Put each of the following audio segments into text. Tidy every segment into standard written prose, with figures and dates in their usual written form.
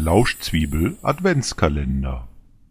Lauschzwiebel Adventskalender.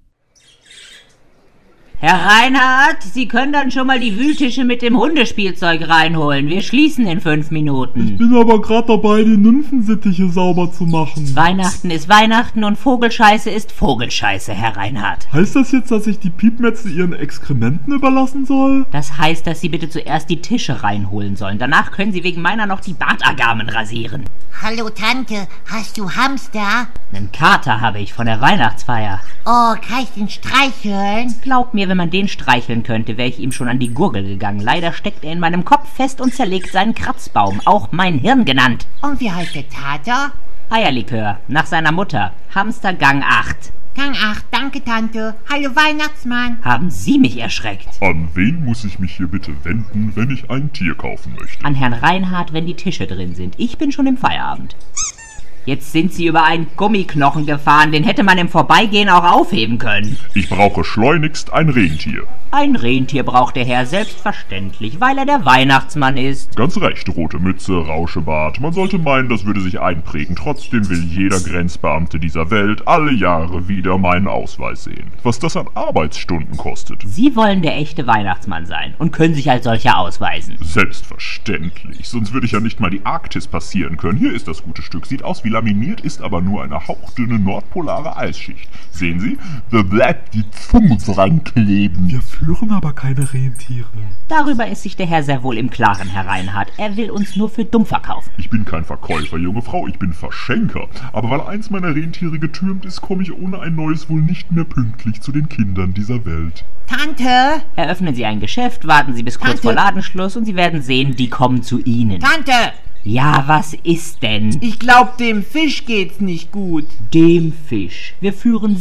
Herr Reinhardt, Sie können dann schon mal die Wühltische mit dem Hundespielzeug reinholen. Wir schließen in 5 Minuten. Ich bin aber gerade dabei, die Nymphensittiche sauber zu machen. Weihnachten ist Weihnachten und Vogelscheiße ist Vogelscheiße, Herr Reinhardt. Heißt das jetzt, dass ich die Piepmetze ihren Exkrementen überlassen soll? Das heißt, dass Sie bitte zuerst die Tische reinholen sollen. Danach können Sie wegen meiner noch die Bartagamen rasieren. Hallo Tante, hast du Hamster? Einen Kater habe ich von der Weihnachtsfeier. Oh, kann ich den streicheln? Glaub mir, wenn man den streicheln könnte, wäre ich ihm schon an die Gurgel gegangen. Leider steckt er in meinem Kopf fest und zerlegt seinen Kratzbaum, auch mein Hirn genannt. Und wie heißt der Tater? Eierlikör, nach seiner Mutter. Hamster Gang 8. Gang 8, danke Tante. Hallo Weihnachtsmann. Haben Sie mich erschreckt? An wen muss ich mich hier bitte wenden, wenn ich ein Tier kaufen möchte? An Herrn Reinhardt, wenn die Tische drin sind. Ich bin schon im Feierabend. Jetzt sind Sie über einen Gummiknochen gefahren, den hätte man im Vorbeigehen auch aufheben können. Ich brauche schleunigst ein Rentier. Ein Rentier braucht der Herr selbstverständlich, weil er der Weihnachtsmann ist. Ganz recht, rote Mütze, Rauschebart. Man sollte meinen, das würde sich einprägen. Trotzdem will jeder Grenzbeamte dieser Welt alle Jahre wieder meinen Ausweis sehen. Was das an Arbeitsstunden kostet. Sie wollen der echte Weihnachtsmann sein und können sich als solcher ausweisen. Selbstverständlich, sonst würde ich ja nicht mal die Arktis passieren können. Hier ist das gute Stück, sieht aus wie laminiert, ist aber nur eine hauchdünne nordpolare Eisschicht. Sehen Sie? Da bleibt die Zunge dran kleben. Wir führen aber keine Rentiere. Darüber ist sich der Herr sehr wohl im Klaren, Herr Reinhardt. Er will uns nur für dumm verkaufen. Ich bin kein Verkäufer, junge Frau, ich bin Verschenker. Aber weil eins meiner Rentiere getürmt ist, komme ich ohne ein neues wohl nicht mehr pünktlich zu den Kindern dieser Welt. Tante, Eröffnen Sie ein Geschäft, warten Sie bis kurz Tante. vor Ladenschluss und Sie werden sehen, die kommen zu Ihnen. Tante, Ja, was ist denn? Ich glaub, dem Fisch geht's nicht gut. Dem Fisch. Wir führen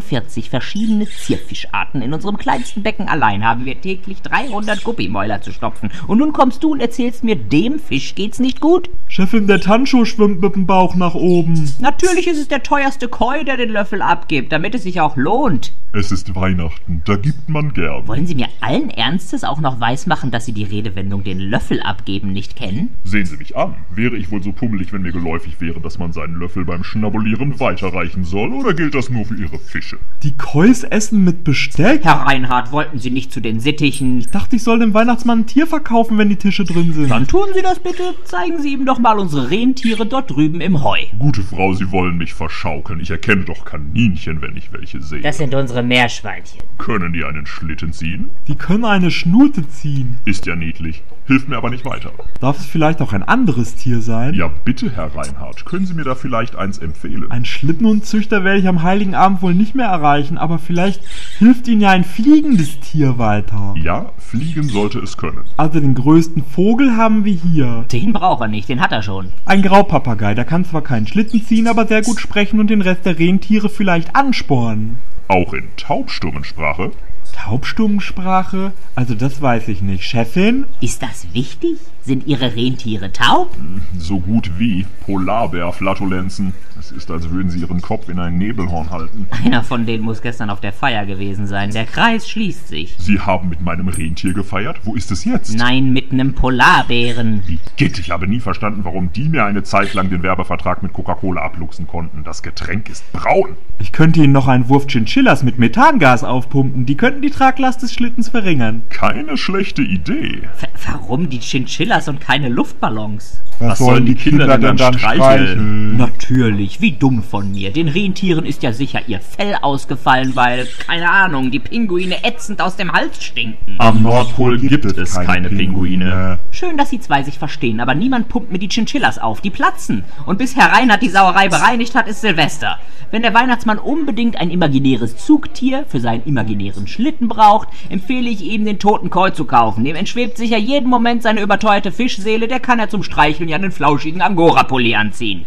47 verschiedene Zierfischarten. In unserem kleinsten Becken allein haben wir täglich 300 Guppimäuler zu stopfen. Und nun kommst du und erzählst mir, dem Fisch geht's nicht gut? Chefin, der Tancho schwimmt mit dem Bauch nach oben. Natürlich ist es der teuerste Koi, der den Löffel abgibt, damit es sich auch lohnt. Es ist Weihnachten, da gibt man gern. Wollen Sie mir allen Ernstes auch noch weismachen, dass Sie die Redewendung den Löffel abgeben nicht kennen? Sehen Sie mich an. Wäre ich wohl so pummelig, wenn mir geläufig wäre, dass man seinen Löffel beim Schnabulieren weiterreichen soll, oder gilt das nur für Ihre Fische? Die Kois essen mit Besteck? Herr Reinhardt, wollten Sie nicht zu den Sittichen? Ich dachte, ich soll dem Weihnachtsmann ein Tier verkaufen, wenn die Tische drin sind. Dann tun Sie das bitte. Zeigen Sie ihm doch mal unsere Rentiere dort drüben im Heu. Gute Frau, Sie wollen mich verschaukeln. Ich erkenne doch Kaninchen, wenn ich welche sehe. Das sind unsere Meerschweinchen. Können die einen Schlitten ziehen? Die können eine Schnute ziehen. Ist ja niedlich. Hilft mir aber nicht weiter. Darf es vielleicht auch ein anderes Tier sein? Ja, bitte, Herr Reinhardt. Können Sie mir da vielleicht eins empfehlen? Ein Schlittenhundzüchter werde ich am Heiligen Abend wohl nicht mehr erreichen, aber vielleicht hilft Ihnen ja ein fliegendes Tier weiter. Ja, fliegen sollte es können. Also den größten Vogel haben wir hier. Den braucht er nicht, den hat er schon. Ein Graupapagei, der kann zwar keinen Schlitten ziehen, aber sehr gut sprechen und den Rest der Rentiere vielleicht anspornen. Auch in Taubstummensprache? Taubstummensprache? Also das weiß ich nicht. Chefin? Ist das wichtig? Sind Ihre Rentiere taub? So gut wie Polarbär-Flatulenzen. Es ist, als würden Sie Ihren Kopf in ein Nebelhorn halten. Einer von denen muss gestern auf der Feier gewesen sein. Der Kreis schließt sich. Sie haben mit meinem Rentier gefeiert? Wo ist es jetzt? Nein, mit nem Polarbären. Wie geht? Ich habe nie verstanden, warum die mir eine Zeit lang den Werbevertrag mit Coca-Cola abluchsen konnten. Das Getränk ist braun. Ich könnte Ihnen noch einen Wurf Chinchillas mit Methangas aufpumpen. Die könnten die Traglast des Schlittens verringern. Keine schlechte Idee. Warum die Chinchillas und keine Luftballons? Was sollen die Kinder denn dann streicheln? Natürlich, wie dumm von mir. Den Rentieren ist ja sicher ihr Fell ausgefallen, weil, keine Ahnung, die Pinguine ätzend aus dem Hals stinken. Am Nordpol gibt es keine Pinguine. Schön, dass Sie zwei sich verstehen, aber niemand pumpt mir die Chinchillas auf. Die platzen. Und bis Herr Reinhardt die Sauerei bereinigt hat, ist Silvester. Wenn der Weihnachtsmann unbedingt ein imaginäres Zugtier für seinen imaginären Schlitten braucht, empfehle ich ihm, den toten Koi zu kaufen. Dem entschwebt sicher jeden Moment seine überteuerte Fischseele, der kann er zum Streicheln ja einen flauschigen Angora-Pulli anziehen.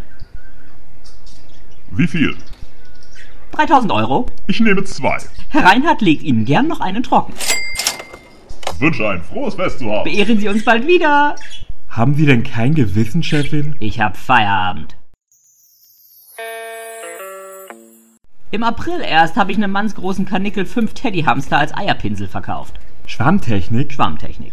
Wie viel? 3.000 Euro. Ich nehme 2. Herr Reinhardt legt Ihnen gern noch einen trocken. Wünsche ein frohes Fest zu haben. Beehren Sie uns bald wieder. Haben Sie denn kein Gewissen, Chefin? Ich hab Feierabend. Im April erst habe ich einem mannsgroßen Karnickel 5 Teddyhamster als Eierpinsel verkauft. Schwarmtechnik? Schwarmtechnik.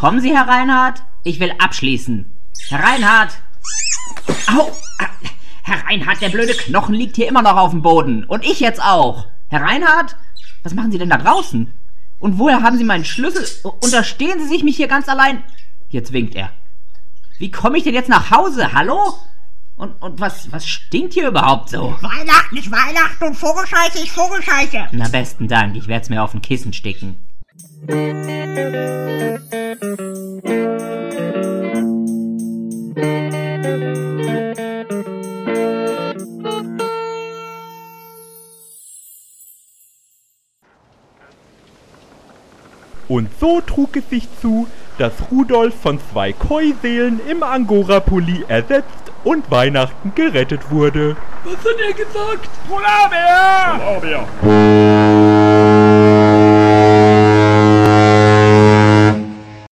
Kommen Sie, Herr Reinhardt? Ich will abschließen. Herr Reinhardt! Au! Herr Reinhardt, der blöde Knochen liegt hier immer noch auf dem Boden. Und ich jetzt auch. Herr Reinhardt? Was machen Sie denn da draußen? Und woher haben Sie meinen Schlüssel? Unterstehen Sie sich mich hier ganz allein? Jetzt winkt er. Wie komme ich denn jetzt nach Hause? Hallo? Und was stinkt hier überhaupt so? Weihnachten ist Weihnachten und Vogelscheiße ist Vogelscheiße. Na, besten Dank. Ich werde es mir auf ein Kissen sticken. Und so trug es sich zu, dass Rudolf von 2 Keuseelen im Angora-Pulli ersetzt und Weihnachten gerettet wurde. Was hat er gesagt? Polarbär! Polarbär!